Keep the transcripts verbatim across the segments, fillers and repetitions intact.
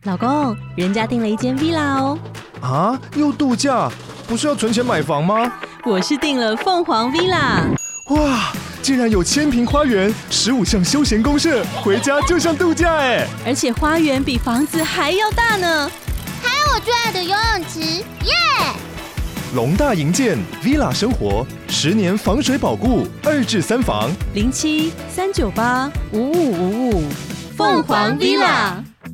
老公，人家订了一间 villa 哦。 啊，又度假？不是要存钱买房吗？ 我是订了凤凰 villa。 哇，竟然有千坪花园，十五项休闲公设，回家就像度假哎！ 而且花园比房子还要大呢。 还有我最爱的游泳池，耶！ 龙大营建 villa 生活，十年防水保固，二至三房， 零七三九八五五五五，凤凰 villa。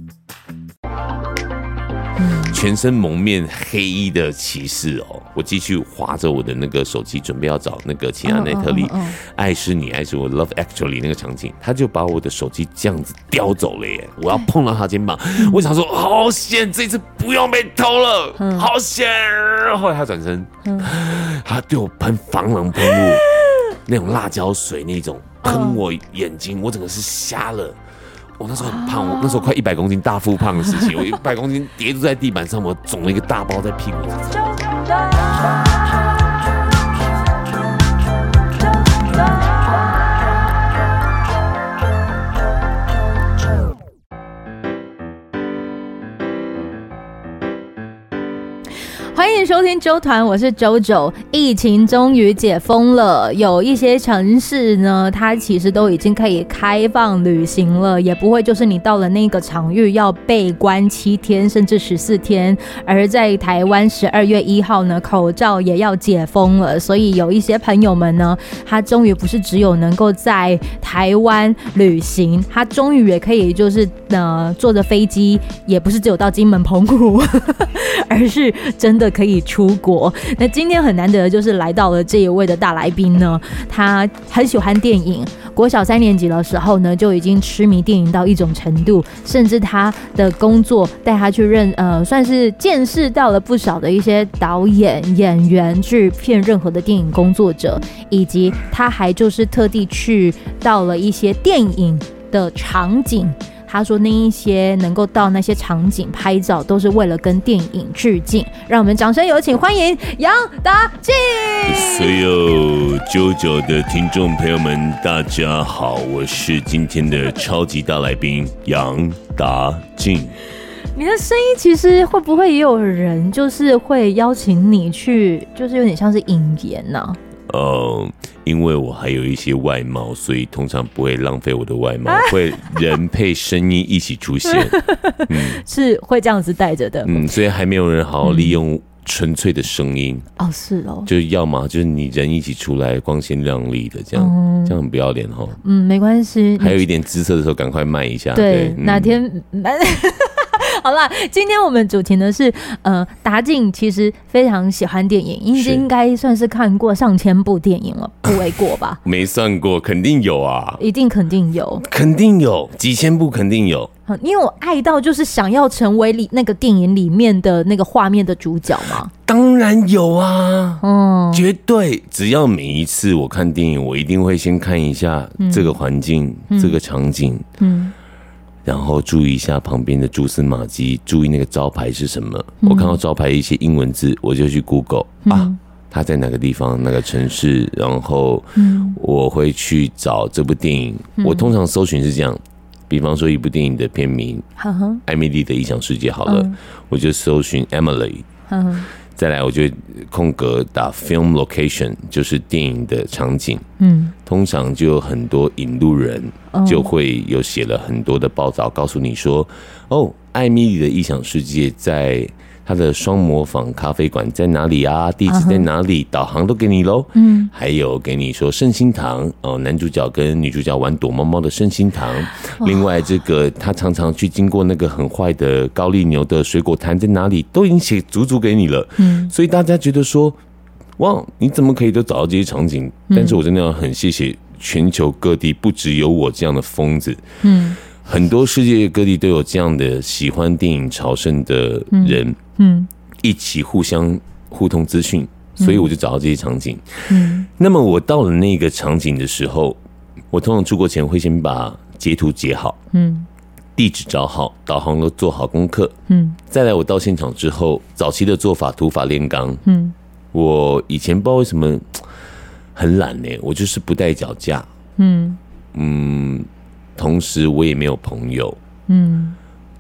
全身蒙面黑衣的骑士哦，我继续滑着我的那个手机，准备要找那个齐亚奈特利、爱是你爱是我 Love Actually 那个场景，他就把我的手机这样子叼走了耶！我要碰到他肩膀，我想说好险，这次不用被偷了，好险！后来他转身，他对我喷防狼喷雾，那种辣椒水那种喷我眼睛，我整个是瞎了。我那时候很胖，我那时候快一百公斤大腹胖的事情，我一百公斤跌坐在地板上，我肿了一个大包在屁股上。 欢迎收听周团，我是周周。疫情终于解封了，有一些城市呢，它其实都已经可以开放旅行了，也不会就是你到了那个场域要被关七天甚至十四天。而在台湾十二月一号呢，口罩也要解封了，所以有一些朋友们呢，他终于不是只有能够在台湾旅行，他终于也可以就是呃坐着飞机，也不是只有到金门澎湖，而是真的可以出国。那今天很难得的就是来到了这一位的大来宾呢，他很喜欢电影，国小三年级的时候呢就已经痴迷电影到一种程度，甚至他的工作带他去认呃，算是见识到了不少的一些导演、演员、制片、任何的电影工作者，以及他还就是特地去到了一些电影的场景。他说那一些能够到那些场景拍照都是为了跟电影致敬。让我们掌声有请欢迎杨达敬。 所有九九的听众朋友们大家好，我是今天的超级大来宾杨达敬。 你的声音其实会不会也有人就是会邀请你去，就是有点像是引言呢、啊？ 呃，因为我还有一些外貌，所以通常不会浪费我的外貌，会人配声音一起出现，嗯， 是会这样子带着的， 嗯，所以还没有人好好利用纯粹的声音、 嗯、哦，是哦， 就要嘛就是你人一起出来光鲜亮丽的这样，嗯、这样很不要脸哈， 嗯，没关系， 还有一点姿色的时候赶快卖一下， 对， 对嗯、 哪天。好啦，今天我们主题呢是，呃，达敬其实非常喜欢电影，应该算是看过上千部电影了，不为过吧？ 没算过，肯定有啊， 一定肯定有， 肯定有，几千部肯定有。 你有爱到就是想要成为里那个电影里面的那个画面的主角吗？ 当然有啊， 嗯， 绝对。只要每一次我看电影，我一定会先看一下这个环境、嗯、这个场景，嗯。然后注意一下旁边的蛛丝马迹，注意那个招牌是什么。嗯、我看到招牌一些英文字，我就去 Google、嗯、啊，它在哪个地方、哪个城市，然后我会去找这部电影。嗯、我通常搜寻是这样，比方说一部电影的片名，嗯、艾米丽的异想世界好了，嗯、我就搜寻 Emily。嗯再来，我就空格打 film location， 就是电影的场景。嗯，通常就有很多引路人就会有写了很多的报道，告诉你说，哦，艾米丽的异想世界在它的双模仿咖啡馆在哪里啊？地址在哪里？ Uh-huh. 导航都给你咯。嗯，还有给你说圣心堂哦，男主角跟女主角玩躲猫猫的圣心堂。另外，这个他常常去经过那个很坏的高丽牛的水果摊在哪里，都已经写足足给你了。嗯，所以大家觉得说，哇，你怎么可以都找到这些场景？嗯、但是我真的要很谢谢全球各地，不只有我这样的疯子。嗯。很多世界各地都有这样的喜欢电影朝圣的人，嗯，嗯一起互相互通资讯，所以我就找到这些场景。嗯，那么我到了那个场景的时候，我通常出国前会先把截图截好，嗯，地址找好，导航都做好功课，嗯，再来我到现场之后，早期的做法土法炼钢，嗯，我以前不知道为什么很懒呢、欸，我就是不带脚架，嗯嗯。同时我也没有朋友，嗯，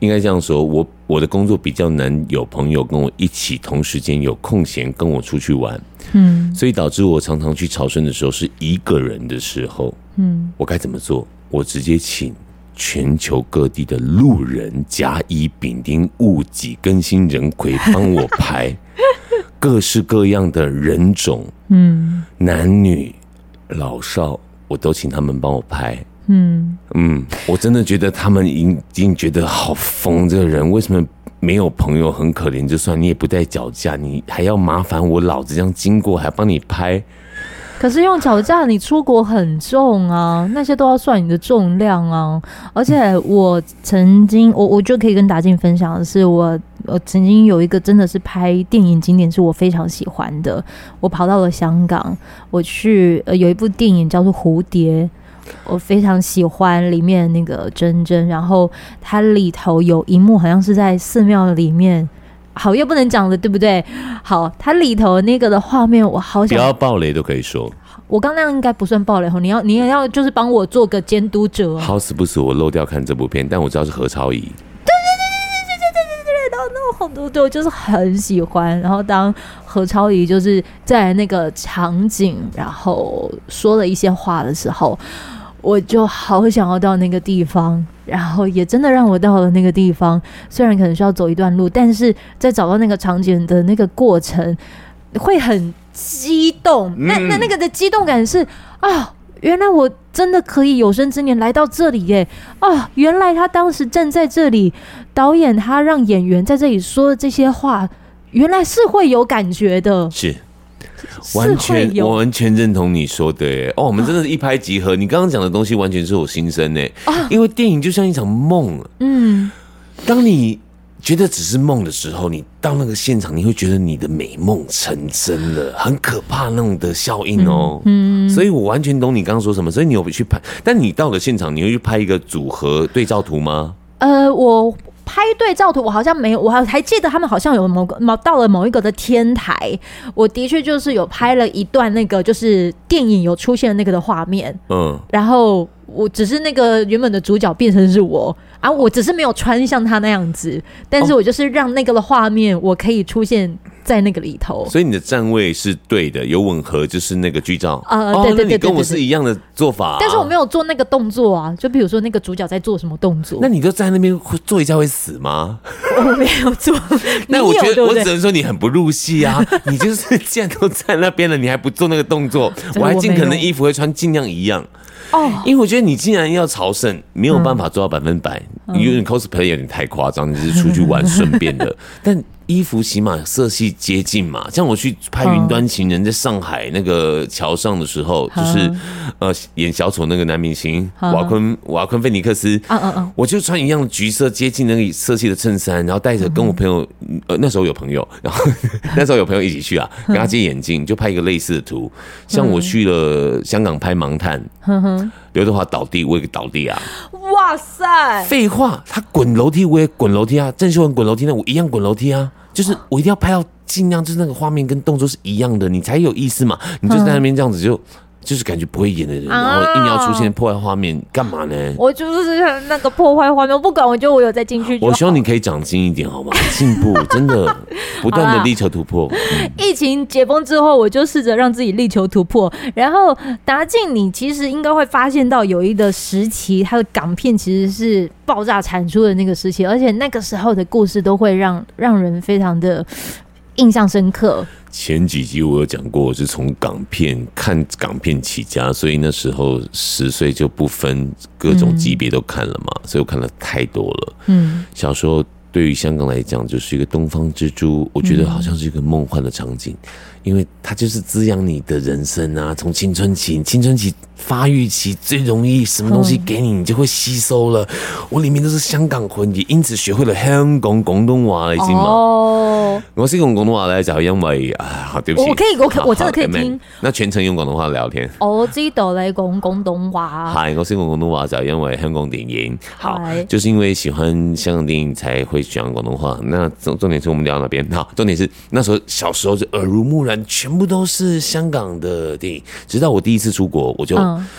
应该这样说，我我的工作比较难有朋友跟我一起同时间有空闲跟我出去玩，嗯，所以导致我常常去朝圣的时候是一个人的时候，嗯，我该怎么做？我直接请全球各地的路人甲乙丙丁戊己庚辛壬癸帮我拍各式各样的人种，嗯，男女老少，我都请他们帮我拍。嗯嗯，我真的觉得他们已经觉得好疯，这个人为什么没有朋友很可怜，就算你也不带脚架，你还要麻烦我老子这样经过还帮你拍。 可是用脚架你出国很重啊，那些都要算你的重量啊。而且我曾经我我就可以跟达静分享的是，我我曾经有一个真的是拍电影景点是我非常喜欢的，我跑到了香港，我去、呃、有一部电影叫做蝴蝶，我非常喜欢里面那个珍珍，然后它里头有一幕好像是在寺庙里面，好又不能讲了对不对？好，它里头那个的画面我好想， 不要爆雷都可以说， 我刚那样应该不算爆雷，你要你也要就是帮我做个监督者。 好死不死我漏掉看这部片，但我知道是何超仪。对对对对对对对对对，然后那好多对我就是很喜欢。然后当何超仪就是在那个场景，然后说了一些话的时候，我就好想要到那个地方，然后也真的让我到了那个地方。虽然可能需要走一段路，但是在找到那个场景的那个过程会很激动。那那那个的激动感是啊，原来我真的可以有生之年来到这里耶！啊，原来他当时站在这里，导演他让演员在这里说的这些话，原来是会有感觉的。 是。完全，我完全认同你说的耶。哦，我们真的是一拍即合。你刚刚讲的东西完全是我心声耶。啊，因为电影就像一场梦。嗯，当你觉得只是梦的时候，你到那个现场，你会觉得你的美梦成真了，很可怕那种的效应哦。嗯，所以我完全懂你刚刚说什么。所以你有去拍，但你到了现场，你会去拍一个组合对照图吗？ 呃，我。拍对照图我好像没有，我还记得他们好像有某个到了某一个的天台，我的确就是有拍了一段那个就是电影有出现的那个的画面，嗯，然后我只是那个原本的主角变成是我啊，我只是没有穿像他那样子，但是我就是让那个的画面我可以出现在那个里头， 所以你的站位是对的，有吻合，就是那个剧照啊、呃，对对 对, 对, 对, 对, 对, 对, 对, 对, 对, 对, 对, 对, 对，那你跟我是一样的做法、啊， 但是我没有做那个动作啊，就比如说那个主角在做什么动作， 那你就在那边做一下会死吗？ 我没有做， 那我觉得对对我只能说你很不入戏啊，你就是既然都在那边了，你还不做那个动作，我还尽可能衣服会穿尽量一样。哦，因为我觉得你既然要朝圣，没有办法做到百分百，因为你 cosplay 有点太夸张，你只是出去玩顺便的，但。衣服起码色系接近嘛，像我去拍《云端情人》在上海那个桥上的时候，嗯、就是呃演小丑那个男明星、嗯、瓦昆瓦昆菲尼克斯，嗯嗯嗯，我就穿一样的橘色接近那个色系的衬衫，然后带着跟我朋友，呃那时候有朋友，然后那时候有朋友一起去啊，跟他借眼镜就拍一个类似的图，像我去了香港拍盲探，嗯、刘德华倒地，我也倒地啊。 哇塞！ 废话，他滚楼梯我也滚楼梯啊，郑秀文滚楼梯，那我一样滚楼梯啊，就是我一定要拍到尽量就是那个画面跟动作是一样的，你才有意思嘛。你就在那边这样子就。就是感觉不会演的人，然后硬要出现破坏画面，干嘛呢？ 我就是那个破坏画面，我不管，我觉得我有在进去就好。 我希望你可以长进一点，好吗？进步，真的不断的力求突破。 嗯、疫情解封之后，我就试着让自己力求突破。然后达静，你其实应该会发现到有一个时期，它的港片其实是爆炸产出的那个时期，而且那个时候的故事都会让让人非常的印象深刻。 前几集我有讲过，我是从港片看港片起家，所以那时候十岁就不分各种级别都看了嘛，嗯、所以我看了太多了。嗯，小时候对于香港来讲就是一个东方之珠，我觉得好像是一个梦幻的场景，嗯、因为它就是滋养你的人生啊，从青春期、青春期发育期最容易什么东西给你，你就会吸收了。我里面都是香港魂，也因此学会了香港廣東話，你知嗎？哦，我識用廣東話咧，就因為啊，對不起， 我可以，我可我真的可以聽。 那全程用廣東話聊天。 我知道你講廣東話。 係，我識用廣東話就因為香港電影，好，就是因為喜歡香港電影才會講廣東話。那重重點是我們聊那邊，好，重點是那時候小時候就耳濡目染，全部都是香港的電影。直到我第一次出國，我就。嗯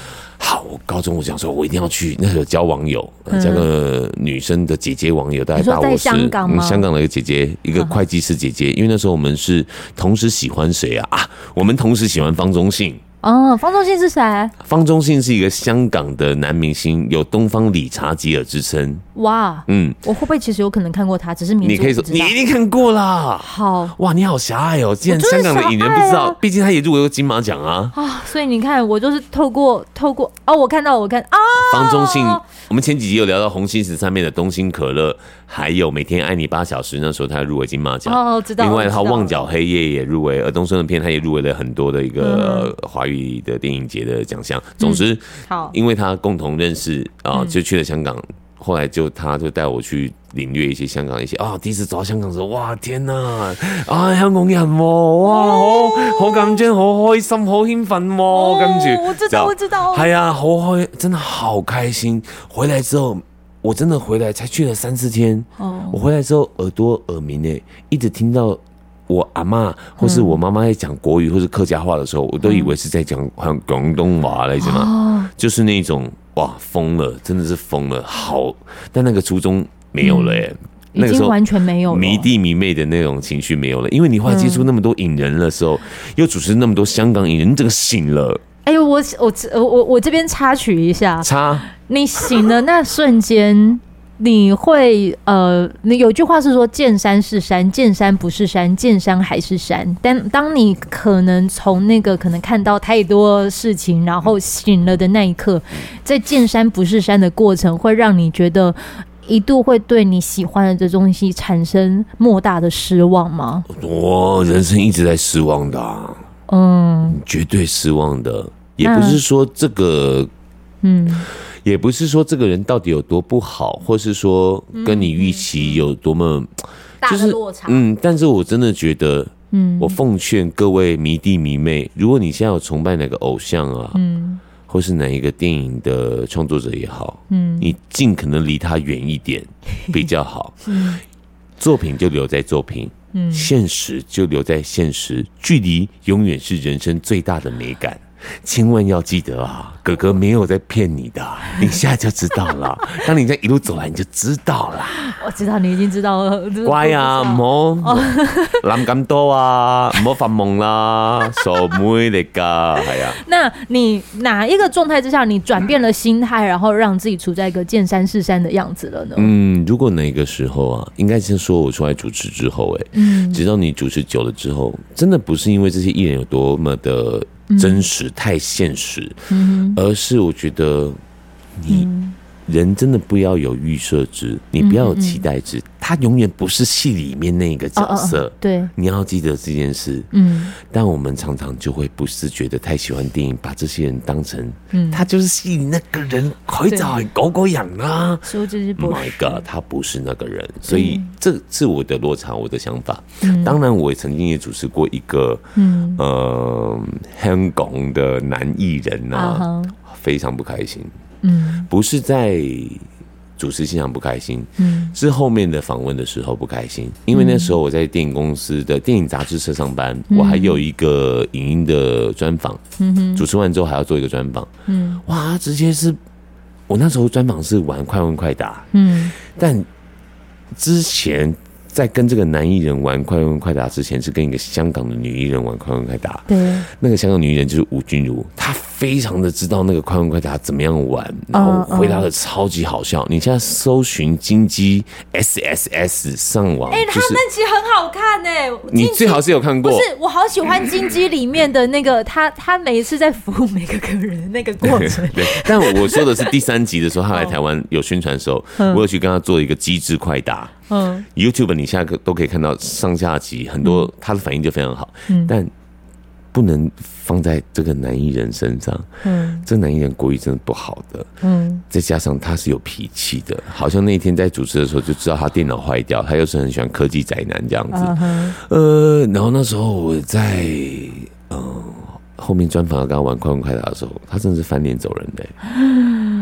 好，我高中我想说，我一定要去。那时候交网友，呃、交个女生的姐姐网友，大概大我是香港吗、 嗯？香港的一个姐姐，一个会计师姐姐。因为那时候我们是同时喜欢谁啊？啊，我们同时喜欢方中信。 哦，方中信是谁？ 方中信是一个香港的男明星，有东方理查吉尔之称。 哇，嗯，我会不会其实有可能看过他？只是名字你可以说你一定看过啦。 好， 哇，你好狭隘哦！既然香港的影人不知道，毕竟他也入围过金马奖啊。 啊，所以你看，我就是透过透过哦，我看到我看啊， 方中信，我们前几集有聊到红星十上面的东星可乐，还有每天爱你八小时，那时候他入围金马奖。 哦，知道。 另外，他旺角黑夜也入围，尔冬升的片他也入围了很多的一个华语的电影节的奖项。总之，好，因为他共同认识啊，就去了香港。后来就他就带我去领略一些香港一些啊，第一次走到香港的时候，哇天哪，啊香港人喎，哇好好緊張，好開心，好興奮喎，跟住我知道我知道， 係啊，好開，真的好開心。回來之後，我真的回來才去了三四天，哦，我回來之後耳朵耳鳴誒，一直聽到我阿嬷或是我媽媽在講國語或是客家話的時候，我都以為是在講廣東話來着嘛，就是那種。哇，瘋了，真的是瘋了，好，但那個初衷沒有了耶，嗯、那個時候已經完全沒有了， 迷弟迷妹的那種情緒沒有了，因為你後來接觸那麼多影人的時候，嗯、又主持那麼多香港影人，你整個醒了。 哎呦，我我我我這邊插曲一下， 插， 你醒的那瞬間。你會呃，你有句話是說見山是山，見山不是山，見山還是山。但當你可能從那個可能看到太多事情，然後醒了的那一刻，在見山不是山的過程，會讓你覺得一度會對你喜歡的這東西產生莫大的失望嗎？ 我人生一直在失望的、啊，嗯，絕對失望的，也不是說這個，嗯。也不是說這個人到底有多不好，或是說跟你預期有多麼大的落差。 嗯，但是我真的覺得，嗯，我奉勸各位迷弟迷妹，如果你現在有崇拜哪個偶像啊，嗯，或是哪一個電影的創作者也好，嗯，你盡可能離他遠一點比較好。嗯，作品就留在作品，嗯，現實就留在現實，距離永遠是人生最大的美感。千萬要記得啊，哥哥沒有在騙你的，你現在就知道了。當你這樣一路走來，你就知道了。 我知道你已經知道了。 乖啊，唔好諗咁多啊，唔好發夢啦，傻妹嚟噶，係啊。 那你哪一個狀態之下，你轉變了心態，然後讓自己處在一個見山是山的樣子了呢？ 嗯，如果那個時候啊，應該是說我出來主持之後、欸，哎，嗯，直到你主持久了之後，真的不是因為這些藝人有多麼的。真實太現實，嗯、而是我覺得你人真的不要有預設值，你不要有期待值，他永遠不是戲裡面那個角色。哦哦對，你要記得這件事。嗯，但我們常常就會不自覺的太喜歡電影，把這些人當成，嗯，他就是戲裡那個人，佢就係嗰個人啊。 說這是不 ，My God， 他不是那個人，所以這是我的落差，我的想法。嗯、當然，我曾經也主持過一個，嗯，呃，香港的男藝人啊，嗯、非常不開心。嗯，不是在主持現場不開心，嗯，是後面的訪問的時候不開心，因為那時候我在電影公司的電影雜誌社上班，嗯、我還有一個影音的專訪，嗯哼，主持完之後還要做一個專訪，嗯，哇，直接是我那時候專訪是玩快問快答，嗯，但之前在跟這個男藝人玩快問快答之前，是跟一個香港的女藝人玩快問快答，對，那個香港女藝人就是吳君如，她非常的知道那個快問快答怎麼樣玩，然後回答的超級好笑。Uh, uh. 你現在搜尋金雞 S S S 上網，哎、欸，他那集很好看哎、欸， 你最好是有看過。 不是，我好喜歡金雞裡面的那個他，他每一次在服務每個客人的那個過程。 對，但我說的是第三集的時候，他來台灣有宣傳的時候，我有去跟他做一個機智快答。嗯 ，YouTube 你現在都可以看到上下集很多，他的反應就非常好，嗯、但不能放在這個男藝人身上。嗯，這個男藝人國語真的不好的。嗯，再加上他是有脾氣的，好像那一天在主持的時候就知道他電腦壞掉，他又是很喜歡科技宅男這樣子。Uh-huh. 呃，然後那時候我在嗯、呃、後面專訪要跟他玩快問快答的時候，他真的是翻臉走人的、欸。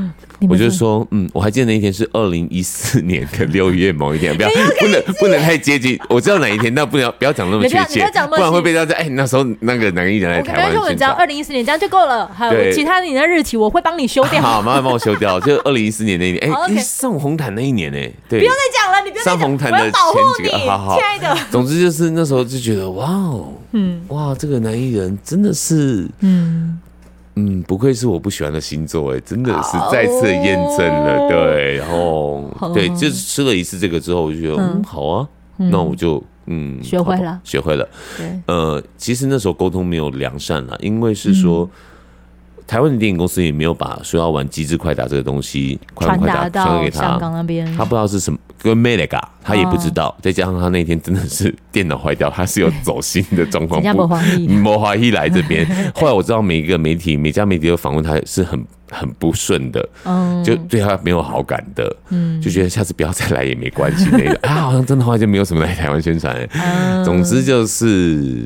我就说，嗯，我还记得那一天是二零一四年的六月某一天，不要不能不能太接近，我知道哪一天，但不要不要讲那么确切，不然会被大家哎、欸、那时候那个哪个艺人来台湾宣传。 我跟你说，我只要二零一四年这样就够了，还有其他你的日期我会帮你修掉。 好，麻烦帮我修掉，就二零一四年那一年，哎、欸， okay. 上红毯那一年呢、欸，对， 不用再讲了，你不用再讲， 上红毯的前几个，好好， 亲爱的。 总之就是那时候就觉得哇哦，嗯，哇，这个男艺人真的是，嗯。嗯，不愧是我不喜欢的星座哎，真的是再次验证了， oh. 对，然后、oh. 对，就是吃了一次这个之后，我就觉得嗯，嗯好啊，嗯、那我就嗯学会了， 学会了。对，呃，其实那时候沟通没有良善啦，因为是说、嗯、台湾的电影公司也没有把说要玩机智快打这个东西传达到香港那边， 他不知道是什么，跟 Mega 他也不知道， oh. 再加上他那天真的是电脑坏掉，他是有走心的状况， 不没华裔来这边。后来我知道每一个媒体，每家媒体都访问他是很很不顺的，嗯，就对他没有好感的，嗯，就觉得下次不要再来也没关系那个啊，好像真的后来就没有什么来台湾宣传、欸嗯。总之就是，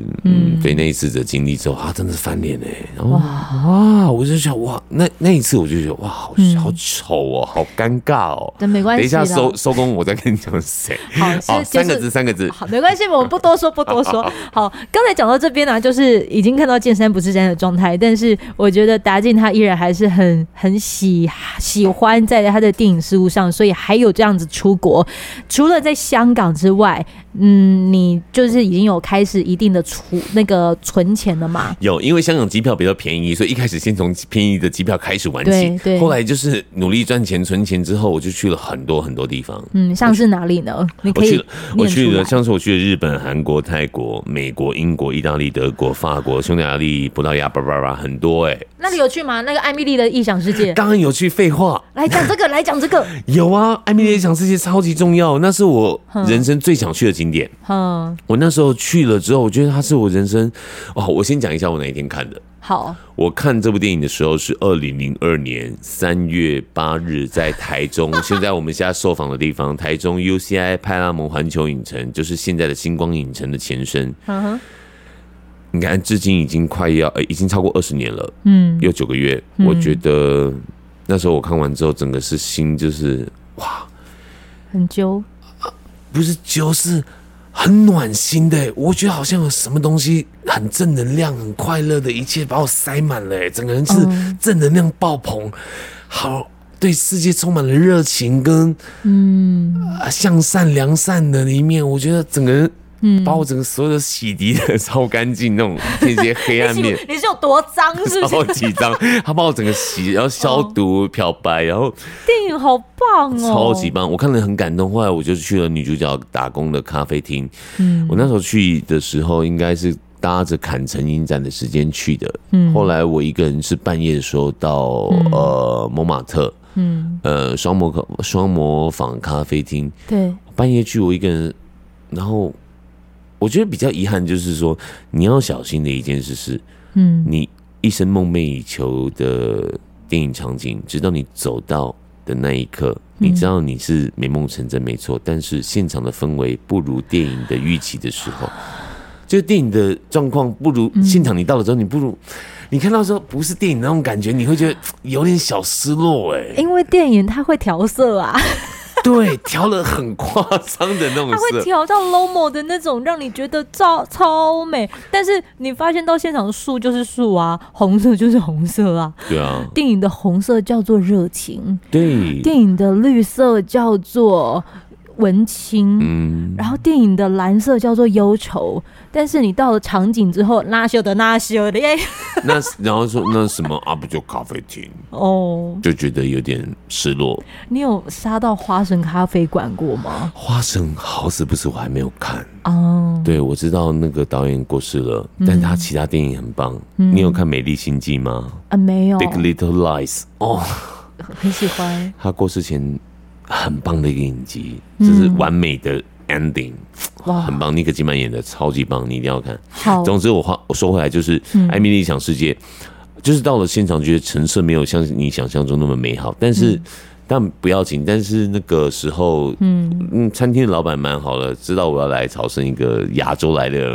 嗯，对那一次的经历之后，啊，真的是翻脸哎、欸，然后哇，我就想哇，那那一次我就觉得哇，好好丑哦，好尴尬哦。 但没关系， 等一下收收工，我再跟你讲谁。好，好，三个字，三个字。 好，没关系，我们不多说，不多说。好，刚才讲到这边呢、啊，就是已经看到见山不是山的状态，但是我觉得达进他依然还是很很喜喜欢在他的电影事务上，所以还有这样子出国。除了在香港之外，嗯，你就是已经有开始一定的出那个存钱了嘛？ 有，因为香港机票比较便宜，所以一开始先从便宜的机票开始玩起。对对。后来就是努力赚钱存钱之后，我就去了很多很多地方。嗯， 像是哪里呢？你可以我去了，我去了，像是我去了日本、韩国、泰国、美国、英国、意大利、德国、法国、匈牙利、葡萄牙，叭叭叭，很多哎、欸。 那你有去吗？那个艾米丽的异想世界？ 当然有去，废话。 来讲这个，来讲这个。 有啊，艾米丽的异想世界超级重要，那是我人生最想去的景点。嗯，我那时候去了之后，我觉得它是我人生。哦，我先讲一下我哪一天看的。 好， 我看这部电影的时候是二零零二年三月八日，在台中，现在我们现在受访的地方，台中 U C I 派拉蒙环球影城，就是现在的星光影城的前身。嗯哼，你看，至今已经快要，呃，已经超过二十年了。嗯，有九个月、嗯，我觉得那时候我看完之后，整个是心就是哇， 很揪， 不是揪是。很暖心的，我觉得好像有什么东西很正能量、很快乐的一切把我塞满了，整个人是正能量爆棚，好对世界充满了热情跟嗯、呃、向善良善的一面，我觉得整个人。嗯，把我整个所有的洗涤的超干净，那种那些黑暗面你是有多脏是不是？ 超级脏，他把我整个洗，然后消毒、哦、漂白，然后电影好棒哦， 超级棒，我看了很感动。后来我就去了女主角打工的咖啡厅，嗯，我那时候去的时候应该是搭着坎城影展的时间去的，嗯，后来我一个人是半夜的时候到、嗯、呃蒙马特，嗯，呃双模双模坊咖啡厅， 对， 半夜去我一个人，然后。我觉得比较遗憾就是说，你要小心的一件事是，嗯，你一生梦寐以求的电影场景，直到你走到的那一刻，你知道你是美梦成真没错，但是现场的氛围不如电影的预期的时候，就电影的状况不如现场，你到了之后，你不如你看到说不是电影那种感觉，你会觉得有点小失落哎、欸， 因为电影它会调色啊。 对，调了很夸张的那种色， 它会调到 Lomo 的那种，让你觉得超超美。但是你发现到现场树就是树啊，红色就是红色啊。 对啊， 电影的红色叫做热情， 对， 电影的绿色叫做文青，嗯，然后电影的蓝色叫做忧愁。但是你到了场景之后，那修的那修的耶， 那然后说那什么啊，不就咖啡厅哦，就觉得有点失落。 你有杀到花神咖啡馆过吗？ 花神好死不死我还没有看哦。对，我知道那个导演过世了，嗯、但他其他电影很棒。嗯、你有看《美丽心计》吗？ 啊，没有。 Big Little Lies 哦， 很喜欢。 他过世前很棒的一个影集，这是完美的。ending 哇，很棒！尼可基曼演的超级棒，你一定要看。好，总之我话我说回来，就是《艾米丽想世界》，就是到了现场，觉得陈设没有像你想象中那么美好，但是、嗯、但不要紧。但是那个时候，嗯嗯，餐厅的老板蛮好的，知道我要来朝圣一个亚洲来的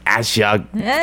Asia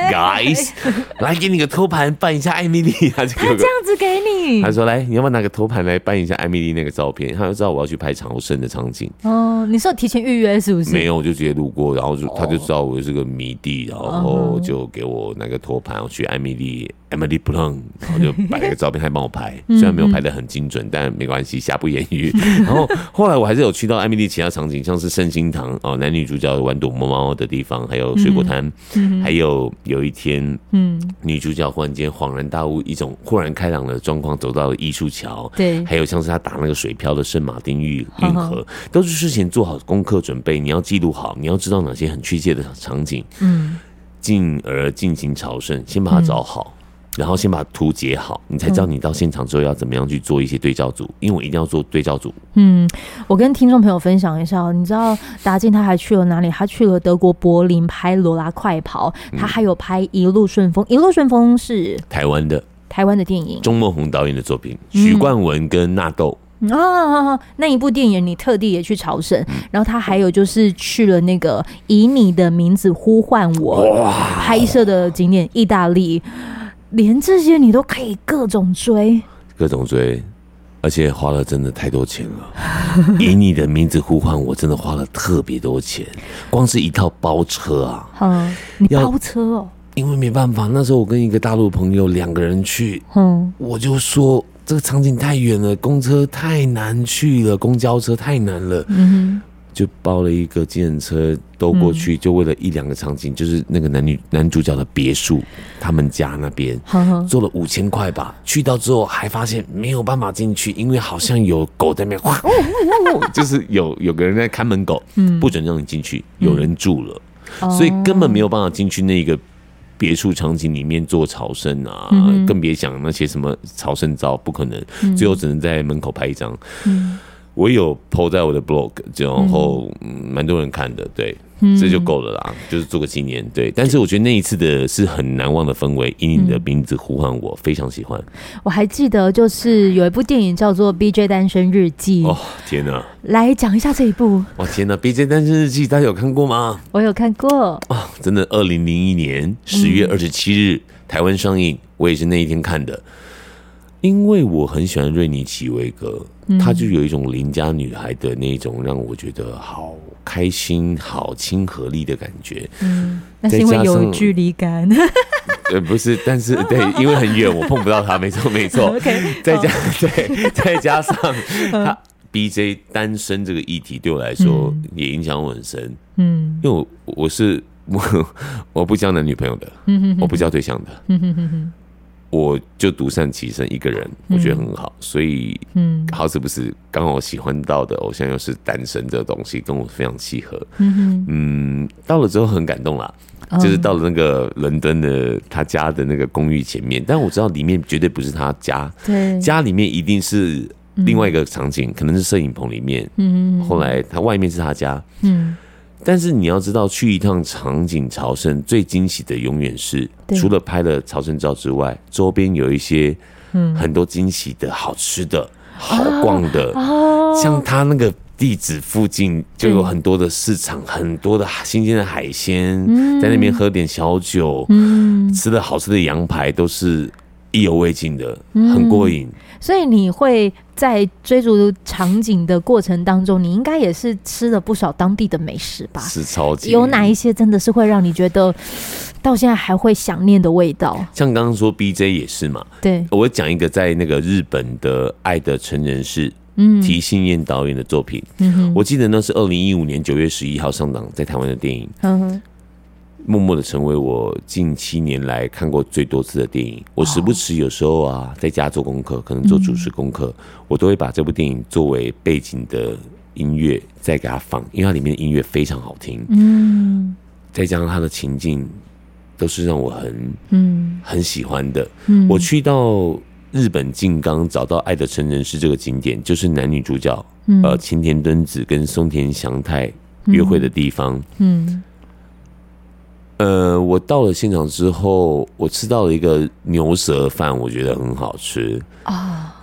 guys， 来给你个托盘扮一下艾米丽，他就给我他这样子给你， 他说来，你要不要拿个托盘来扮一下艾米丽那个照片？他就知道我要去拍朝圣的场景。 哦，你是有提前预约是不是？ 没有，我就直接路过，然后就、哦、他就知道我是个迷弟，然后就给我那个托盘，我去艾米丽 Emily Blunt， 然后就摆了个照片，还帮我拍，虽然没有拍得很精准，但没关系，瑕不掩瑜。然后后来我还是有去到艾米丽其他场景，像是圣心堂哦，男女主角玩躲猫猫的地方，还有水果摊，嗯、还有有一天，嗯，女主角忽然间恍然大悟，一种豁然开朗的状况，走到了艺术桥，对，还有像是他打那个水漂的圣马丁运运河，都是事前做好功课准备，你要记录好，你要知道哪些很确切的场景，嗯，进而进行朝圣，先把它找好。嗯，然后先把图截好，你才知道你到现场之后要怎么样去做一些对照组，因为我一定要做对照组。 嗯，我跟听众朋友分享一下，你知道达进他还去了哪里？他去了德国柏林拍罗拉快跑，他还有拍一路顺风。一路顺风是台湾的台湾的电影， 钟孟宏导演的作品，许冠文跟纳豆。 啊，那一部电影你特地也去朝圣，嗯、然后他还有就是去了那个以你的名字呼唤我拍摄的景点意大利。连这些你都可以各种追， 各种追，而且花了真的太多钱了。以你的名字呼唤我，真的花了特别多钱，光是一套包车啊！ 嗯，你包车哦？ 因为没办法，那时候我跟一个大陆朋友两个人去，嗯，我就说这个场景太远了，公车太难去了，公交车太难了，嗯哼。就包了一个计程车兜过去，就为了一两个场景，就是那个男女男主角的别墅，他们家那边，做了五千块吧。去到之后还发现没有办法进去，因为好像有狗在那边，就是有有个人在看门狗，不准让你进去，有人住了，所以根本没有办法进去那个别墅场景里面做朝圣啊，更别想那些什么朝圣照，不可能，最后只能在门口拍一张。我有 po 在我的 blog， 然后蛮、嗯、多人看的，对，这就够了啦，就是做个纪念，对。但是我觉得那一次的是很难忘的氛围，以你的名字呼唤我，非常喜欢。 我还记得就是有一部电影叫做《B J 单身日记》， 哦天哪！ 来讲一下这一部。 哇天哪，《B J 单身日记》大家有看过吗？ 我有看过啊，真的，二零零一年十月二十七日、嗯、台湾上映，我也是那一天看的。因为我很喜欢瑞妮奇维格，她就有一种邻家女孩的那种让我觉得好开心、好亲和力的感觉。嗯， 那是因为有距离感。 呃，不是，但是对，因为很远，我碰不到她，没错没错。OK， 再加、oh. 对，再加上她 B J 单身这个议题对我来说、嗯、也影响我很深。嗯，因为我我是我我不交男女朋友的，嗯、我不交对象的。嗯我就独善其身一个人，我觉得很好，嗯、所以，嗯，好死不死，刚好我喜欢到的偶像又是单身这个东西，跟我非常契合。嗯, 嗯到了之后很感动啦，哦、就是到了那个伦敦的他家的那个公寓前面，但我知道里面绝对不是他家，对，家里面一定是另外一个场景，嗯、可能是摄影棚里面。嗯，后来他外面是他家。嗯。但是你要知道，去一趟场景朝圣，最惊喜的永远是除了拍了朝圣照之外，周边有一些很多惊喜的好吃的、好逛的，像他那个地址附近就有很多的市场，很多的新鲜的海鲜，在那边喝点小酒，吃的好吃的羊排都是意犹未尽的，很过瘾。 所以你会在追逐场景的过程当中，你应该也是吃了不少当地的美食吧？ 是超级。 有哪一些真的是会让你觉得到现在还会想念的味道？ 像刚刚说 B J 也是嘛。对，我讲一个在那个日本的《爱的成人式》，嗯，提信彦导演的作品。嗯，我记得那是二零一五年九月十一号上档在台湾的电影。嗯哼。默默的成为我近七年来看过最多次的电影。我时不时有时候啊，在家做功课，可能做主持功课，嗯、我都会把这部电影作为背景的音乐再给它放，因为它里面的音乐非常好听。嗯，再加上它的情境，都是让我很嗯很喜欢的。嗯，我去到日本静冈找到《爱的成人式》这个景点，就是男女主角、嗯、呃晴田敦子跟松田翔太约会的地方。嗯。嗯呃，我到了现场之后，我吃到了一个牛舌饭，我觉得很好吃啊。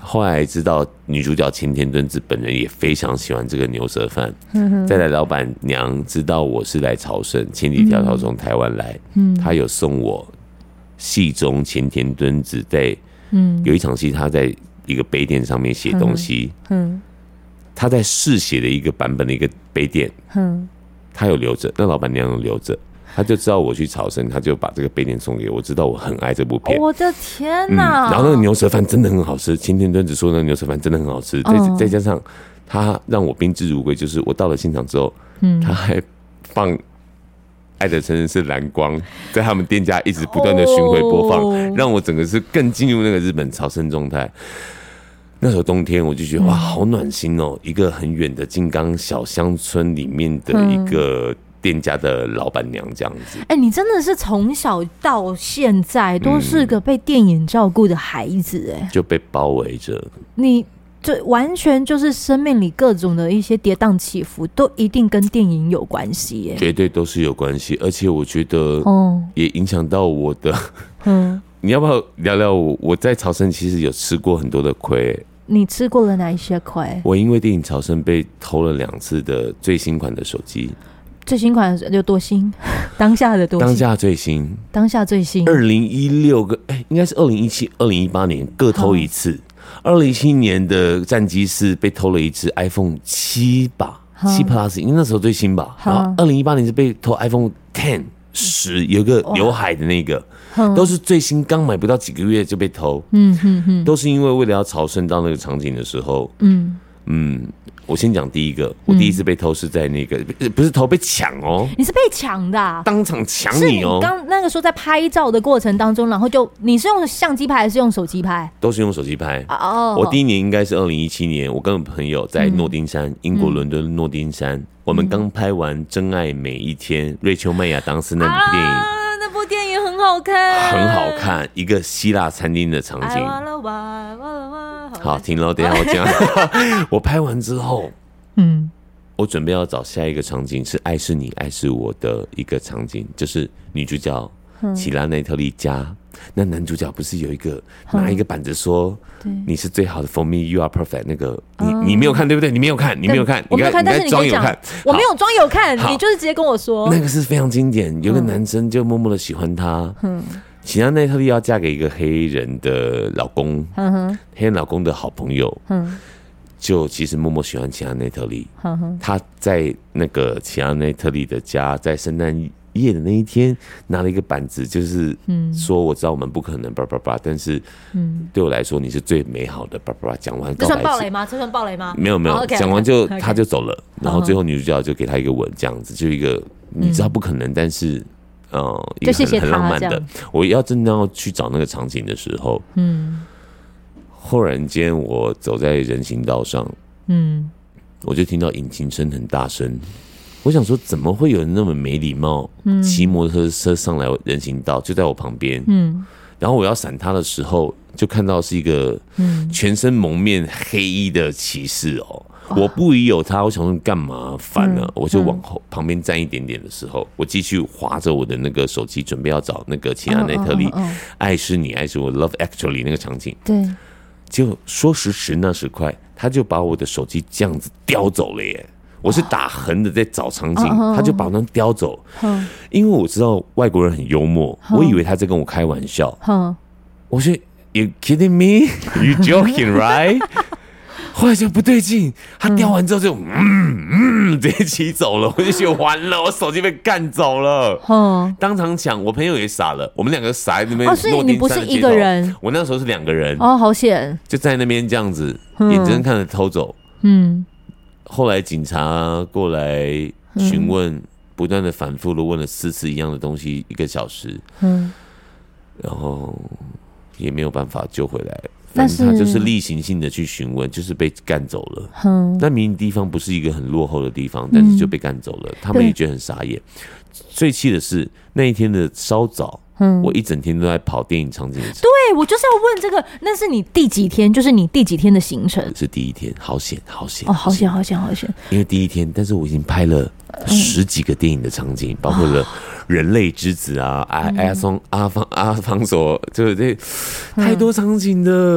后来知道女主角前田敦子本人也非常喜欢这个牛舌饭，嗯、再来老板娘知道我是来朝圣，千里迢迢从台湾来，嗯，她有送我戏中前田敦子在，嗯，有一场戏她在一个杯垫上面写东西，嗯，她在试写的一个版本的一个杯垫，嗯，她有留着，那老板娘有留着。他就知道我去朝圣，他就把这个杯垫送给我，知道我很爱这部片。 我的天哪、 嗯！然后那个牛舌饭真的很好吃，前田敦子说那个牛舌饭真的很好吃，再、嗯、再加上他让我宾至如归，就是我到了现场之后，嗯，他还放《爱的成人是蓝光》在他们店家一直不断的巡回播放，哦、让我整个是更进入那个日本朝圣状态。那时候冬天，我就觉得哇，好暖心哦！一个很远的静冈小乡村里面的一个。店家的老板娘这样子， 哎、欸，你真的是从小到现在都是个被电影照顾的孩子、欸，哎、嗯， 就被包围着， 你就完全就是生命里各种的一些跌宕起伏，都一定跟电影有关系、欸， 绝对都是有关系，而且我觉得，哦，也影响到我的，嗯，你要不要聊聊我？我在朝圣其实有吃过很多的亏、欸， 你吃过了哪一些亏？ 我因为电影朝圣被偷了两次的最新款的手机。 最新款有多新？当下的多新？ 当下最新， 当下最新。 二零一六个，哎，应该是二零一七、二零一八年各偷一次。二零一七年的战机是被偷了一只 iPhone 七吧，七 Plus， 因为那时候最新吧。然后二零一八年是被偷 iPhone Ten 十，有个刘海的那个，都是最新，刚买不到几个月就被偷。嗯哼哼，都是因为为了要朝圣到那个场景的时候，嗯嗯。我先讲第一个，我第一次被偷是在那个、嗯、不是偷，被抢哦。 你是被抢的、啊， 当场抢你哦。 刚那个时候在拍照的过程当中，然后就你是用相机拍还是用手机拍？ 都是用手机拍。哦，我第一年应该是二零一七年，我跟我朋友在诺丁山，嗯、英国伦敦诺丁山，嗯、我们刚拍完《真爱每一天》，瑞秋麦亚当斯那部电影。啊那部电影很好看， 很好看，一个希腊餐厅的场景。好，停了，等一下我讲。我拍完之后，嗯，我准备要找下一个场景，是《爱是你，爱是我》的一个场景，就是女主角齐拉内特利家。那男主角不是有一个拿一个板子说：“你是最好的 ，For me you are perfect。”那个你你没有看对不对？你没有看，你没有看， 我没有看，但是你装有看，我没有装有看，你就是直接跟我说。 那个是非常经典，有个男生就默默的喜欢她。嗯。齐拉内特利要嫁给一个黑人的老公，嗯、黑人老公的好朋友，嗯、就其实默默喜欢齐拉内特利。嗯、他在那个齐拉内特利的家，在圣诞夜的那一天，拿了一个板子，就是说我知道我们不可能，叭叭叭，但是对我来说你是最美好的，叭叭叭。讲完告白， 这算暴雷吗？这算暴雷吗？ 没有没有，讲、oh, okay, 完就 okay. 他就走了，然后最后女主角就给他一个吻，这样子就一个你知道不可能，嗯、但是。呃，一个 很, 很浪漫的。我要真的要去找那个场景的时候，嗯，忽然间我走在人行道上，嗯，我就听到引擎声很大声。我想说，怎么会有人那么没礼貌，骑、嗯、摩托车上来人行道，就在我旁边，嗯，然后我要闪他的时候，就看到是一个全身蒙面黑衣的骑士哦。我不疑有他，我想说干嘛烦了、啊嗯，我就往后旁边站一点点的时候，我继续滑着我的那个手机，准备要找那个齐拉内特利，哦哦哦、爱是你，爱是我 ，Love Actually 那个场景。 对， 就说时迟那时快，他就把我的手机这样子叼走了耶！我是打横的在找场景，哦、他就把那叼走、哦。因为我知道外国人很幽默，哦、我以为他在跟我开玩笑。哦、我说 You kidding me? You joking, right? 后来就不对劲，他叼完之后就嗯嗯直接骑走了，我就觉得完了，我手机被干走了，哦，当场抢，我朋友也傻了，我们两个傻在那边。 哦，所以你不是一个人， 我那时候是两个人。 哦，好险， 就在那边这样子，嗯、眼睁看着偷走。嗯，后来警察过来询问，嗯、不断的反复的问了四次一样的东西，一个小时。嗯，然后也没有办法救回来。但是他就是例行性的去询问，就是被干走了。嗯，那明明地方不是一个很落后的地方，但是就被干走了，嗯、他们也觉得很傻眼。最气的是那一天的稍早，嗯，我一整天都在跑电影场景。 对，我就是要问这个，那是你第几天？就是你第几天的行程？ 是第一天，好险，好险！ 哦，好险，好险，好险！因为第一天，但是我已经拍了十几个电影的场景，嗯、包括了。人类之子啊，阿阿松阿方阿方索，对不对？太多场景的，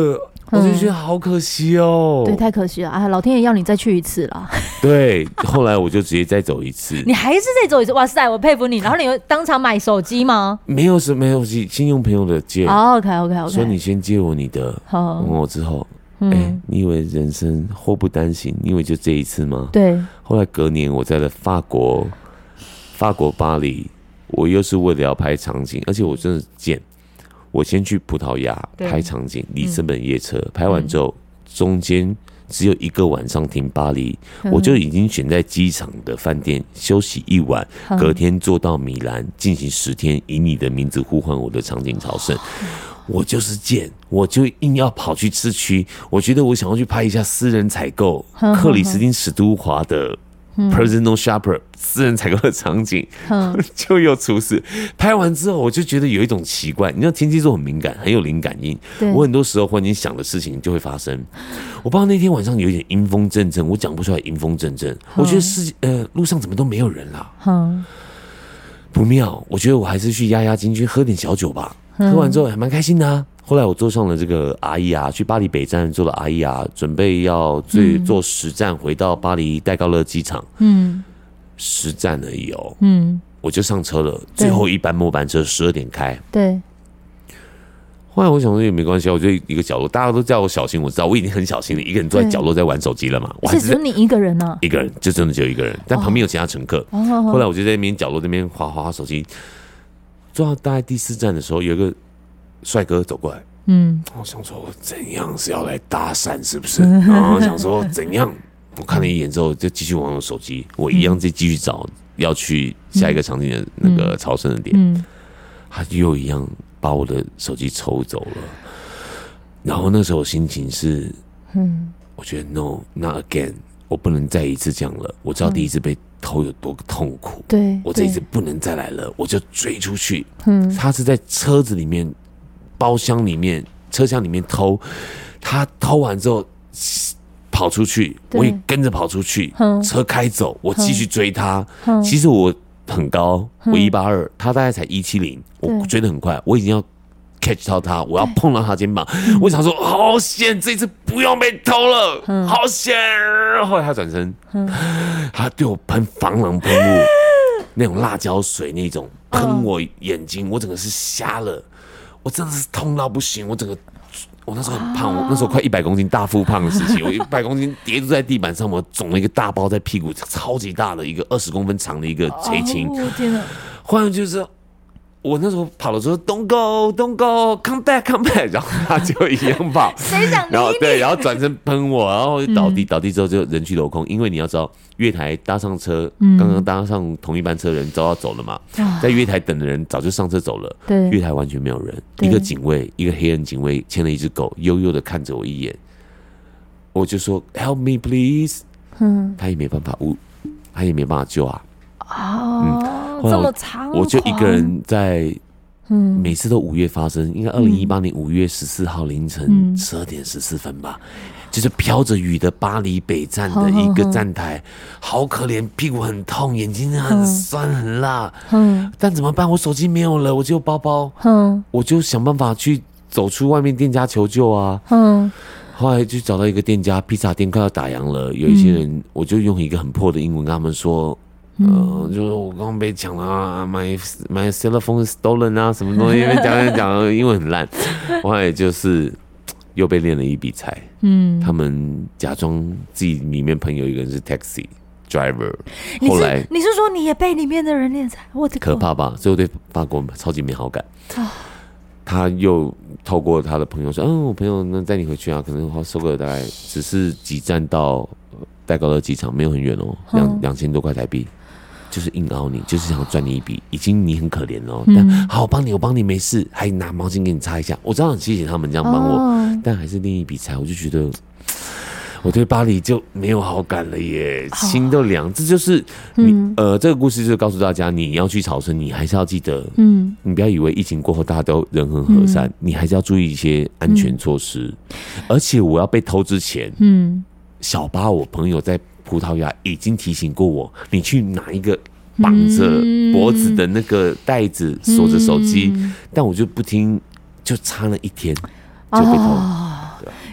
我就觉得好可惜哦。 对，太可惜了啊！老天爷要你再去一次啦。 对，后来我就直接再走一次。 你还是再走一次，哇塞，我佩服你。然后你有当场买手机吗？ 没有什么，没有，先用朋友的借。 哦 ，OK OK OK。 说你先借我你的，问我之后，哎、嗯欸，你以为人生祸不单行？你以为就这一次吗？ 对。 后来隔年我在了法国，法国巴黎，我又是为了要拍场景，而且我真的贱。我先去葡萄牙拍场景，里斯本夜车、嗯、拍完之后，中间只有一个晚上停巴黎、嗯，我就已经选在机场的饭店休息一晚，嗯、隔天坐到米兰进行十天以你的名字呼唤我的场景朝圣。嗯、我就是贱，我就硬要跑去市区，我觉得我想要去拍一下私人采购，嗯、克里斯汀史都华的。Personal Shopper 私人采购的场景、嗯、就又出事。拍完之后我就觉得有一种奇怪，你知道天蝎座很敏感，很有灵感应，我很多时候忽然间想的事情就会发生。我不知道那天晚上有一点阴风阵阵，我讲不出来阴风阵阵、嗯、我觉得是呃路上怎么都没有人啦、嗯、不妙，我觉得我还是去压压惊，去喝点小酒吧、嗯、喝完之后还蛮开心的啊。后来我坐上了这个 R E R， 去巴黎北站坐了 R E R， 准备要最坐十站回到巴黎戴高乐机场。嗯，十站而已哦。嗯，我就上车了，最后一班末班车十二点开。 对。 后来我想说也没关系，我就一个角落，大家都叫我小心，我知道我已经很小心了，一个人坐在角落在玩手机了嘛。我还是只有你一个人呢、啊？ 一个人，就真的只有一个人，但旁边有其他乘客。哦、后来我就在那边角落那边滑滑滑手机，坐到大概第四站的时候，有一个帅哥走过来。嗯，我想说怎样是要来搭讪是不是？然后想说怎样，我看了一眼之后就继续玩我手机，我一样再继续找要去下一个场景的那个朝圣的点，嗯、他又一样把我的手机抽走了。然后那时候心情是，嗯，我觉得 no not again， 我不能再一次这样了。我知道第一次被偷有多痛苦，对，我这一次不能再来了，我就追出去。嗯，他是在车子里面。包厢里面、车厢里面偷，他偷完之后跑出去，我也跟着跑出去，车开走，我继续追他。其实我很高，我一八二，他大概才一七零，我追得很快，我已经要 catch 到他，我要碰到他肩膀，我想说好险，这次不要被偷了，好险！后来他转身，他对我喷防狼喷雾，那种辣椒水那种，喷我眼睛，我整个是瞎了。我真的是痛到不行，我整个，我那时候很胖，我那时候快一百公斤大腹胖的时期，我一百公斤跌坐在地板上，我肿了一个大包在屁股，超级大的一个二十公分长的一个垂青。哦，天哪！忽然就是。我那时候跑的时候 ，Don't go, Don't go, come back, come back， 然后他就一样跑， 谁想理你？ 然后对，然后转身喷我，然后倒地，嗯、倒地之后就人去楼空，因为你要知道，月台搭上车，刚、嗯、刚搭上同一班车的人早要走了嘛，嗯、在月台等的人早就上车走了，对，月台完全没有人，一个警卫，一个黑人警卫牵了一只狗，悠悠的看着我一眼，我就说 Help me, please， 嗯，他也没办法，我他也没办法救啊，哦。嗯这么长，我就一个人在，嗯，每次都五月发生，应该二零一八年五月十四号凌晨十二点十四分吧，嗯、就是飘着雨的巴黎北站的一个站台，嗯、好可怜，屁股很痛，眼睛很酸很辣，嗯，但怎么办？我手机没有了，我只有包包，嗯，我就想办法去走出外面店家求救啊，嗯。后来就找到一个店家，披萨店快要打烊了，有一些人，嗯、我就用一个很破的英文跟他们说。呃，就是我刚刚被抢了啊 ，my my cell phone is stolen 啊，什么东西？因为讲讲讲，英文很烂，后来就是又被练了一笔财。嗯，他们假装自己里面朋友一个人是 taxi driver， 后来你是说你也被里面的人练财？我的可怕吧？所以我对法国超级没好感。他又透过他的朋友说：“嗯，我朋友能带你回去啊，可能收个大概只是几站到戴高乐机场，没有很远哦，两两千多块台币。”就是硬凹你，就是想要赚你一笔，已经你很可怜了、哦嗯。但好，我帮你，我帮你，没事，还拿毛巾给你擦一下。我知道很谢谢他们这样帮我，哦、但还是另一笔财，我就觉得我对巴黎就没有好感了耶，心都凉。这就是你、嗯、呃，这个故事就是告诉大家，你要去朝圣，你还是要记得，嗯，你不要以为疫情过后大家都人很和善，嗯、你还是要注意一些安全措施。嗯、而且我要被偷之前，嗯，小巴我朋友在。葡萄牙已经提醒过我，你去拿一个绑着脖子的那个带子锁着手机、嗯，但我就不听，就差了一天就被偷了。哦、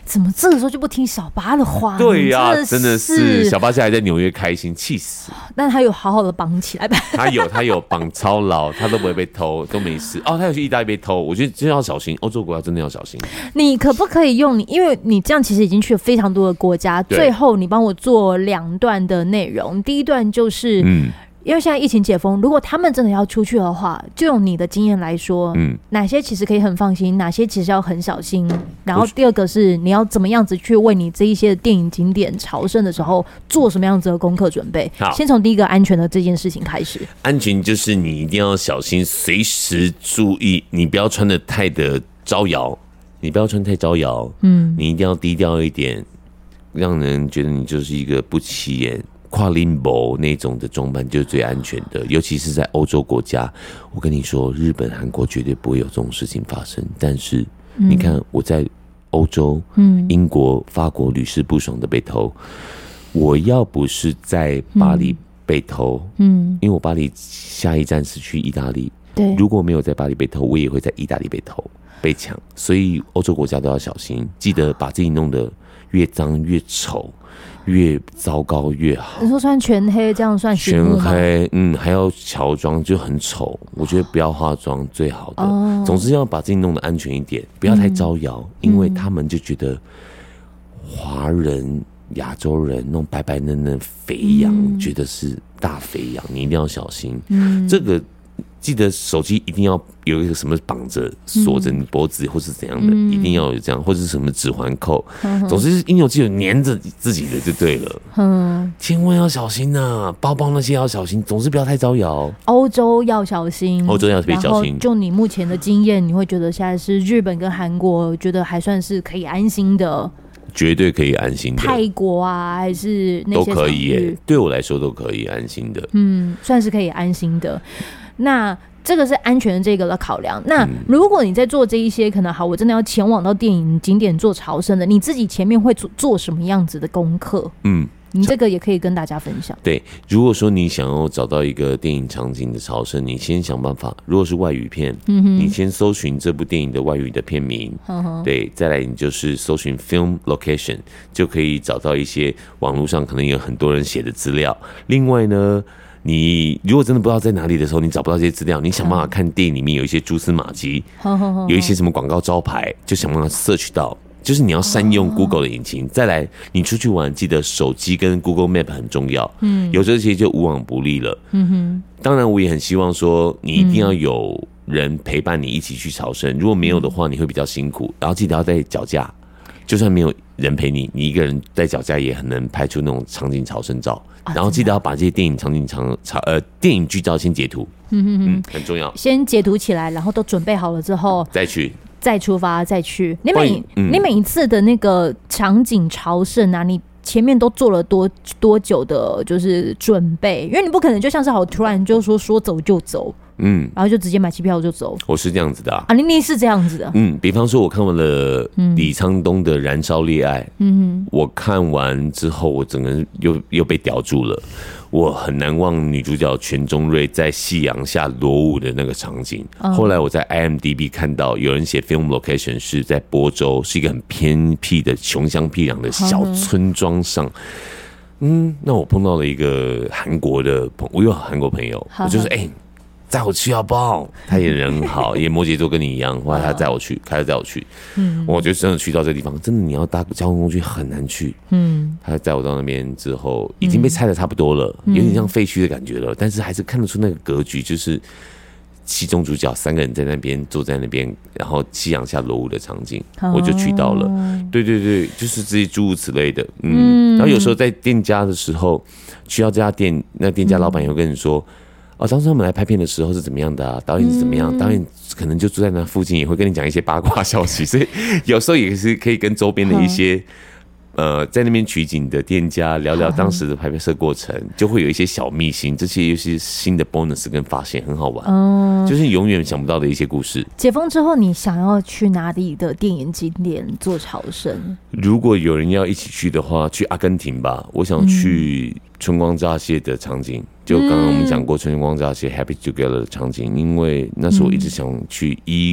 怎么这个时候就不听小巴的话？ 对呀、 真, 真的是小巴现在还在纽约开心，气死。 但他有好好的绑起来吧？ 他有他有绑超牢，他都不会被偷，都没事。哦，他有去意大利被偷，我觉得真的要小心，欧洲国家真的要小心。 你可不可以用你？因为你这样其实已经去了非常多的国家，最后你帮我做两段的内容。第一段就是，嗯。因为现在疫情解封，如果他们真的要出去的话，就用你的经验来说，嗯，哪些其实可以很放心，哪些其实要很小心。然后第二个是你要怎么样子去为你这一些电影景点朝圣的时候做什么样子的功课准备。先从第一个安全的这件事情开始。 安全就是你一定要小心，随时注意，你不要穿得太的招摇，你不要穿太招摇，嗯，你一定要低调一点，让人觉得你就是一个不起眼。跨 limbo 那种的装扮就是最安全的，尤其是在欧洲国家。我跟你说，日本、韩国绝对不会有这种事情发生。但是，嗯、你看我在欧洲、嗯、英国、法国屡试不爽的被偷。我要不是在巴黎被偷，嗯，因为我巴黎下一站是去意大利，对，如果没有在巴黎被偷，我也会在意大利被偷、被抢。所以欧洲国家都要小心，记得把自己弄得越脏越丑。越糟糕越好。 你说穿全黑这样算醒目吗？ 全黑，嗯，还要乔装就很丑。我觉得不要化妆最好的。哦、总之要把自己弄得安全一点，不要太招摇，嗯、因为他们就觉得华人、亚洲人那种白白嫩嫩、肥羊，嗯、觉得是大肥羊，你一定要小心。嗯，这个。记得手机一定要有一个什么绑着锁着你脖子或是怎样的，嗯、一定要有这样，或者是什么指环扣，嗯、总之应有记得黏着自己的就对了。嗯，千万要小心啊！包包那些要小心，总是不要太招摇。 欧洲要小心， 欧洲要特别小心。 就你目前的经验，你会觉得现在是日本跟韩国，觉得还算是可以安心的。 绝对可以安心的。 泰国啊，还是那些都可以耶，对我来说都可以安心的。 嗯，算是可以安心的。那这个是安全的这个的考量。那如果你在做这一些可能好，我真的要前往到电影景点做朝圣的，你自己前面会 做, 做什么样子的功课？嗯。你这个也可以跟大家分享。 对，如果说你想要找到一个电影场景的朝圣，你先想办法。如果是外语片，嗯、你先搜寻这部电影的外语的片名，嗯、对，再来你就是搜寻 film location， 就可以找到一些网络上可能有很多人写的资料。另外呢，你如果真的不知道在哪里的时候，你找不到这些资料，你想办法看电影里面有一些蛛丝马迹，嗯、有一些什么广告招牌，就想办法 search 到。就是你要善用 Google 的引擎，哦、再来你出去玩，记得手机跟 Google Map 很重要。嗯，有这些就无往不利了。嗯哼，当然我也很希望说，你一定要有人陪伴你一起去朝圣。嗯、如果没有的话，你会比较辛苦。然后记得要带脚架，就算没有人陪你，你一个人带脚架也很能拍出那种场景朝圣照。啊、然后记得要把这些电影场景场呃电影剧照先截图。嗯哼哼，嗯，很重要。 先截图起来，然后都准备好了之后再去。 再出发，再去。你每、嗯、你每一次的那个场景朝圣啊，你前面都做了多多久的，就是准备？因为你不可能就像是好突然就说说走就走，嗯，然后就直接买机票就走。 我是这样子的啊， 啊你你是这样子的， 嗯，比方说我看完了李沧东的《燃烧烈爱》，嗯，我看完之后，我整个人又又被叼住了。我很难忘女主角全中瑞在夕阳下裸舞的那个场景。Oh. 后来我在 I M D B 看到有人写 film location 是在波州，是一个很偏僻的穷乡僻壤的小村庄上。Oh. 嗯，那我碰到了一个韩国的朋友，我有韩国朋友， oh. 我就是哎。欸载我去好不好？他也人很好，也摩羯座跟你一样。后来他载我去，开车载我去。嗯，我就真的去到这个地方，真的你要搭交通工具很难去。嗯，他载我到那边之后，已经被拆得差不多了，嗯、有点像废墟的感觉了，但是还是看得出那个格局，就是其中主角三个人在那边坐在那边，然后夕阳下裸舞的场景，哦、我就去到了。对对对，就是这些诸如此类的。嗯，嗯然后有时候在店家的时候，去到这家店，那店家老板也会跟你说。嗯哦，当时他们来拍片的时候是怎么样的啊？导演是怎么样？嗯、导演可能就住在那附近，也会跟你讲一些八卦消息，所以有时候也是可以跟周边的一些、嗯、呃在那边取景的店家聊聊当时的拍摄过程，嗯、就会有一些小秘辛，这些又是新的 bonus 跟发现，很好玩。嗯，就是你永远想不到的一些故事。 解封之后，你想要去哪里的电影景点做朝圣？ 如果有人要一起去的话，去阿根廷吧。我想去春光乍泄的场景。嗯就刚刚我们讲过春光乍泄 Happy Together 的场景，因为那时候我一直想去依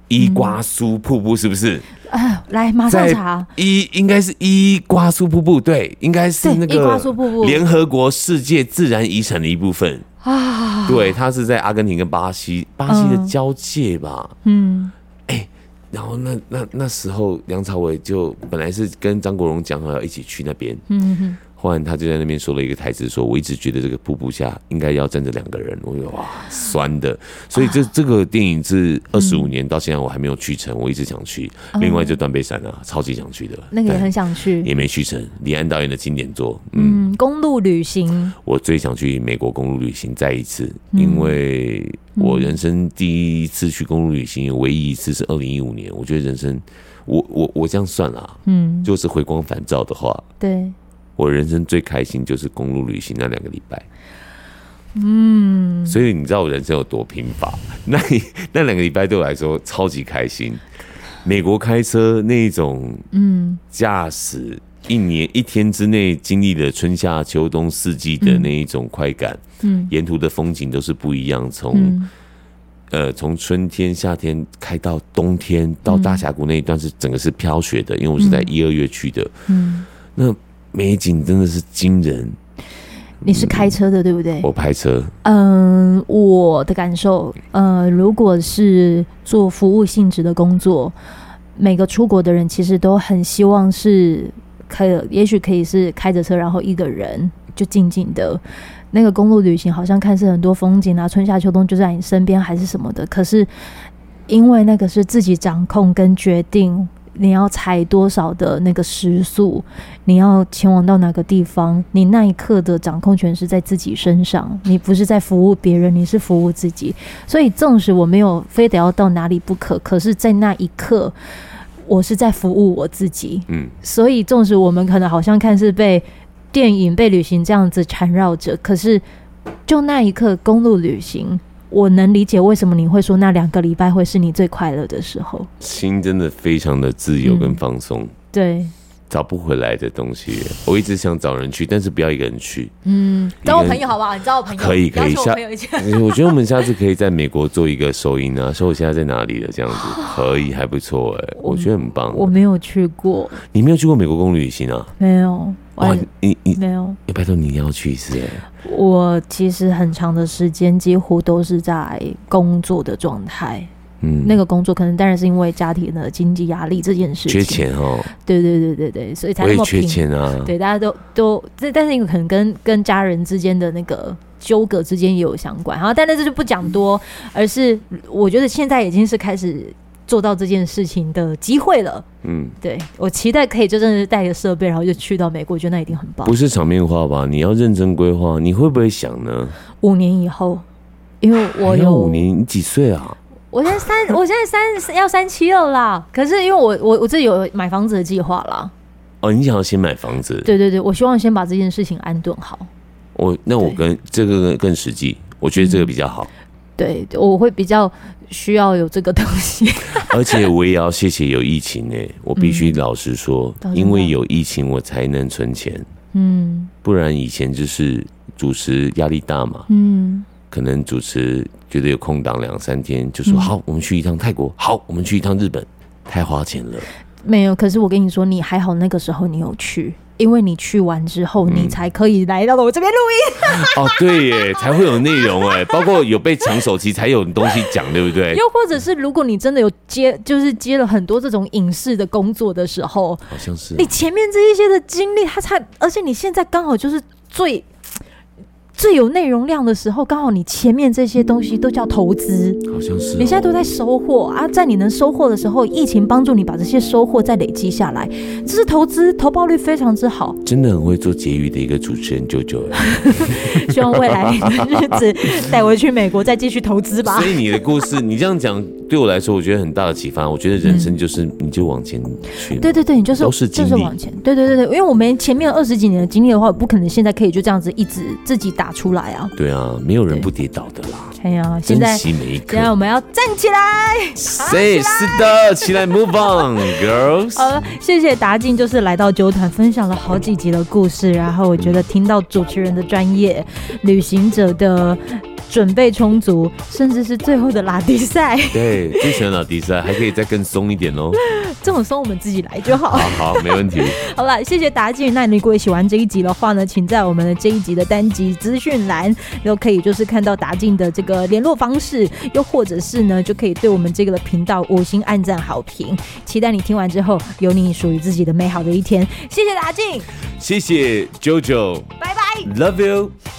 伊瓜苏瀑布是不是？ 哎，来马上查， 伊应该是伊瓜苏瀑布，对，应该是那伊瓜苏个瀑布， 联合国世界自然遗产的一部分啊。 对，它是在阿根廷跟巴西巴西的交界吧？嗯，哎、欸，然后那那那时候梁朝伟就本来是跟张国荣讲好要一起去那边，嗯哼。后来他就在那边说了一个台词，说：“我一直觉得这个瀑布下应该要站着两个人。”我说：“哇，酸的。”所以这这个电影是二十五年到现在我还没有去成，我一直想去。另外就断背山啊，超级想去的， 那个也很想去， 也没去成。李安导演的经典作， 嗯，嗯公路旅行， 我最想去美国公路旅行再一次，因为我人生第一次去公路旅行，唯一一次是二零一五年。我觉得人生，我我我这样算啦，嗯，就是回光返照的话， 对。 我人生最开心就是公路旅行那两个礼拜，嗯，所以你知道我人生有多贫乏？那那两个礼拜对我来说超级开心。美国开车那一种，嗯，驾驶一年一天之内经历了春夏秋冬四季的那一种快感，嗯，沿途的风景都是不一样，从、嗯、呃从春天、夏天开到冬天，到大峡谷那一段是整个是飘雪的，因为我是在一二月去的，嗯，那。美景真的是惊人。 你是开车的、嗯、对不对？ 我开车。 嗯，我的感受，呃，如果是做服务性质的工作，每个出国的人其实都很希望是开，也许可以是开着车，然后一个人就静静的。那个公路旅行好像看似很多风景啊，春夏秋冬就在你身边还是什么的，可是因为那个是自己掌控跟决定。你要踩多少的那个时速，你要前往到哪个地方，你那一刻的掌控权是在自己身上，你不是在服务别人，你是服务自己。所以纵使我没有非得要到哪里不可，可是在那一刻我是在服务我自己。嗯，所以纵使我们可能好像看似被电影被旅行这样子缠绕着，可是就那一刻公路旅行，我能理解为什么你会说那两个礼拜会是你最快乐的时候， 心真的非常的自由跟放松、嗯、 对， 找不回来的东西。我一直想找人去，但是不要一个人去， 嗯，找我朋友好不好？你找我朋友可以可以， 下我觉得我们下次可以在美国做一个收音啊，说我现在在哪里了这样子，可以还不错哎、欸，我觉得很棒。 我没有去过， 你没有去过美国公路旅行啊？ 没有。 哇，你你没有？ 拜托你一定要去一次哎！ 我其实很长的时间几乎都是在工作的状态，嗯，那个工作可能当然是因为家庭的经济压力这件事情， 缺钱哦， 对对对对对，所以才那么缺钱啊， 对，大家都都，但是因为可能跟跟家人之间的那个纠葛之间也有相关，好，但是这就不讲多，而是我觉得现在已经是开始。做到这件事情的机会了，嗯，对，我期待可以就真的是带个设备，然后就去到美国，我觉得那一定很棒。 不是场面话吧？你要认真规划，你会不会想呢？ 五年以后，因为我有五年，你几岁啊？ 我现在三，我现在三要三七了啦。可是因为我我我自己有买房子的计划啦。 哦，你想要先买房子？ 对对对，我希望先把这件事情安顿好。 我那我跟这个更实际，我觉得这个比较好。嗯对，我会比较需要有这个东西， 而且我也要谢谢有疫情哎、欸，我必须老实说、嗯，因为有疫情我才能存钱，嗯，不然以前就是主持压力大嘛，嗯，可能主持觉得有空档两三天，就说、嗯、好，我们去一趟泰国，好，我们去一趟日本，太花钱了。 没有，可是我跟你说，你还好，那个时候你有去。因为你去完之后、嗯，你才可以来到了我这边录音。 哦，对耶，才会有内容哎，包括有被抢手机才有东西讲，对不对？ 又或者是如果你真的有接，就是接了很多这种影视的工作的时候， 好像是你前面这一些的经历，它才，而且你现在刚好就是最。最有内容量的时候，刚好你前面这些东西都叫投资， 好像是、哦、 你现在都在收获啊，在你能收获的时候，疫情帮助你把这些收获再累积下来，这是投资，投报率非常之好， 真的很会做结语的一个主持人啾啾。 希望未来的日子带回去美国再继续投资吧。 所以你的故事，你这样讲对我来说，我觉得很大的启发。我觉得人生就是你就往前去、嗯， 对对对，你就是都是经历， 就是往前，对对对对，因为我们前面二十几年的经历的话，我不可能现在可以就这样子一直自己打出来啊。 对啊，没有人不跌倒的啦。 哎呀，现在珍惜每一刻。 现在我们要站起来。 对，是的，起来 ，move on, girls。 好了，谢谢达进，就是来到啾团分享了好几集的故事，然后我觉得听到主持人的专业，旅行者的准备充足，甚至是最后的拉迪赛。 对，最喜欢拉迪赛，还可以再更松一点哦。 这种松我们自己来就好。 好好，没问题。 好了，谢谢达进。那如果喜欢这一集的话呢，请在我们的这一集的单集资讯栏都可以就是看到达进的这个联络方式，又或者是呢就可以对我们这个频道五星按赞好评。期待你听完之后有你属于自己的美好的一天。谢谢达进， 谢谢 JoJo， 拜拜 ，Love you。